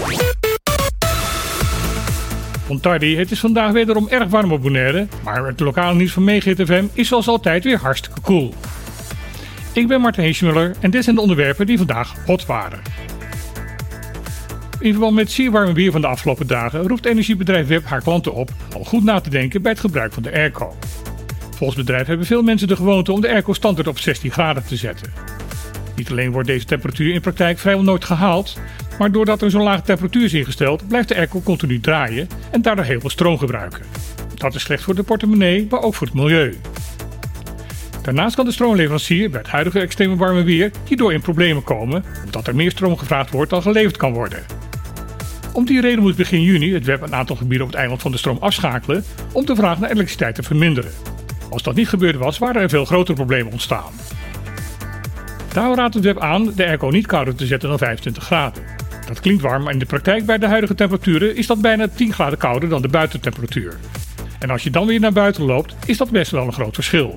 Montardi, het is vandaag wederom erg warm op Bonaire, maar het lokale nieuws van MeeGTFM is zoals altijd weer hartstikke cool. Ik ben Martin Heesmuller en dit zijn de onderwerpen die vandaag hot waren. In verband met het zeer warme weer van de afgelopen dagen roept energiebedrijf Web haar klanten op om goed na te denken bij het gebruik van de airco. Volgens het bedrijf hebben veel mensen de gewoonte om de airco standaard op 16 graden te zetten. Niet alleen wordt deze temperatuur in praktijk vrijwel nooit gehaald, maar doordat er zo'n lage temperatuur is ingesteld, blijft de airco continu draaien en daardoor heel veel stroom gebruiken. Dat is slecht voor de portemonnee, maar ook voor het milieu. Daarnaast kan de stroomleverancier bij het huidige extreme warme weer hierdoor in problemen komen, omdat er meer stroom gevraagd wordt dan geleverd kan worden. Om die reden moet begin juni het Web een aantal gebieden op het eiland van de stroom afschakelen om de vraag naar elektriciteit te verminderen. Als dat niet gebeurd was, waren er veel grotere problemen ontstaan. Daarom raadt het Web aan de airco niet kouder te zetten dan 25 graden. Dat klinkt warm, maar in de praktijk bij de huidige temperaturen is dat bijna 10 graden kouder dan de buitentemperatuur. En als je dan weer naar buiten loopt, is dat best wel een groot verschil.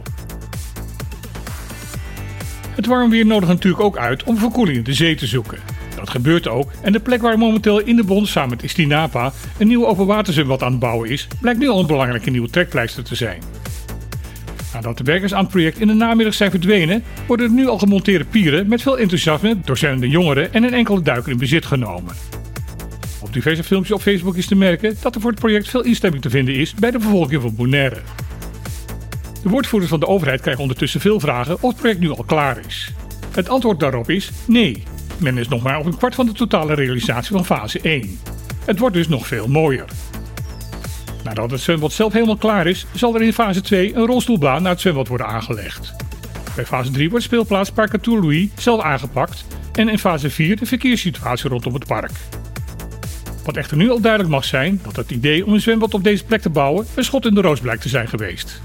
Het warm weer nodigt natuurlijk ook uit om verkoeling in de zee te zoeken. Dat gebeurt ook en de plek waar momenteel in de bond samen met Istinapa een nieuw openwaterzwembad aan het bouwen is, blijkt nu al een belangrijke nieuwe trekpleister te zijn. Nadat de werkers aan het project in de namiddag zijn verdwenen, worden er nu al gemonteerde pieren met veel enthousiasme door zwemmende jongeren en een enkele duiker in bezit genomen. Op diverse filmpjes op Facebook is te merken dat er voor het project veel instemming te vinden is bij de bevolking van Bonaire. De woordvoerders van de overheid krijgen ondertussen veel vragen of het project nu al klaar is. Het antwoord daarop is nee. Men is nog maar op een kwart van de totale realisatie van fase 1. Het wordt dus nog veel mooier. Nadat het zwembad zelf helemaal klaar is, zal er in fase 2 een rolstoelbaan naar het zwembad worden aangelegd. Bij fase 3 wordt speelplaats Parc Arthur Louis zelf aangepakt en in fase 4 de verkeerssituatie rondom het park. Wat echter nu al duidelijk mag zijn, dat het idee om een zwembad op deze plek te bouwen een schot in de roos blijkt te zijn geweest.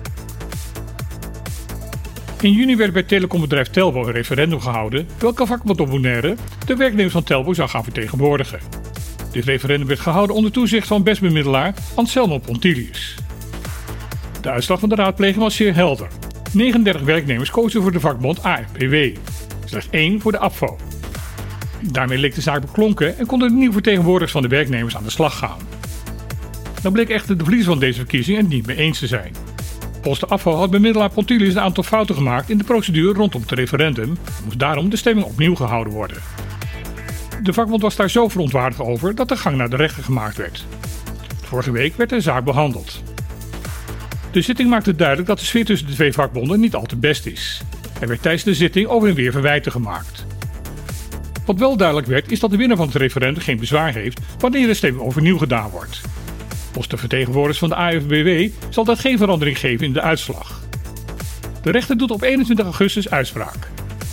In juni werd bij telecombedrijf Telbo een referendum gehouden welke vakbond op Bonaire de werknemers van Telbo zou gaan vertegenwoordigen. Dit referendum werd gehouden onder toezicht van bestbemiddelaar Anselmo Pontilius. De uitslag van de raadpleging was zeer helder. 39 werknemers kozen voor de vakbond AFBW, slechts 1 voor de APVO. Daarmee leek de zaak beklonken en konden de nieuwe vertegenwoordigers van de werknemers aan de slag gaan. Dan bleek echter de verliezer van deze verkiezing het niet mee eens te zijn. Volgens de APVO had bemiddelaar Pontilius een aantal fouten gemaakt in de procedure rondom het referendum en moest daarom de stemming opnieuw gehouden worden. De vakbond was daar zo verontwaardigd over dat de gang naar de rechter gemaakt werd. Vorige week werd de zaak behandeld. De zitting maakte duidelijk dat de sfeer tussen de twee vakbonden niet al te best is. Er werd tijdens de zitting over en weer verwijten gemaakt. Wat wel duidelijk werd is dat de winnaar van het referendum geen bezwaar heeft wanneer de stemming overnieuw gedaan wordt. Volgens de vertegenwoordigers van de AFBW zal dat geen verandering geven in de uitslag. De rechter doet op 21 augustus uitspraak.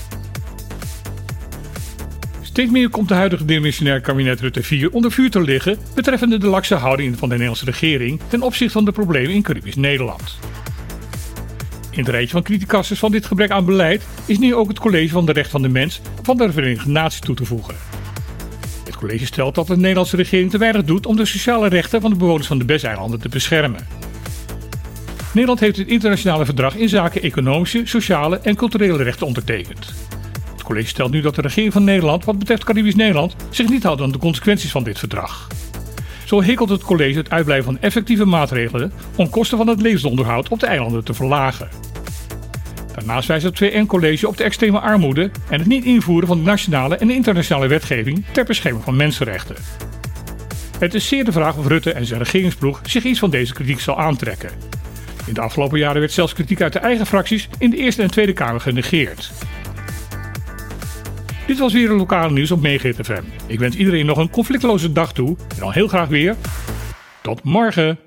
Steeds meer komt de huidige demissionair kabinet Rutte 4 onder vuur te liggen betreffende de lakse houding van de Nederlandse regering ten opzichte van de problemen in Caribisch Nederland. In het rijtje van criticassers van dit gebrek aan beleid is nu ook het College van de Rechten van de Mens van de Verenigde Naties toe te voegen. Het college stelt dat de Nederlandse regering te weinig doet om de sociale rechten van de bewoners van de BES-eilanden te beschermen. Nederland heeft het internationale verdrag in zaken economische, sociale en culturele rechten ondertekend. Het college stelt nu dat de regering van Nederland, wat betreft Caribisch Nederland, zich niet houdt aan de consequenties van dit verdrag. Zo hekelt het college het uitblijven van effectieve maatregelen om kosten van het levensonderhoud op de eilanden te verlagen. Daarnaast wijst het VN-college op de extreme armoede en het niet invoeren van de nationale en internationale wetgeving ter bescherming van mensenrechten. Het is zeer de vraag of Rutte en zijn regeringsploeg zich iets van deze kritiek zal aantrekken. In de afgelopen jaren werd zelfs kritiek uit de eigen fracties in de Eerste en Tweede Kamer genegeerd. Dit was weer een lokale nieuws op MeeGTFM. Ik wens iedereen nog een conflictloze dag toe en dan heel graag weer tot morgen.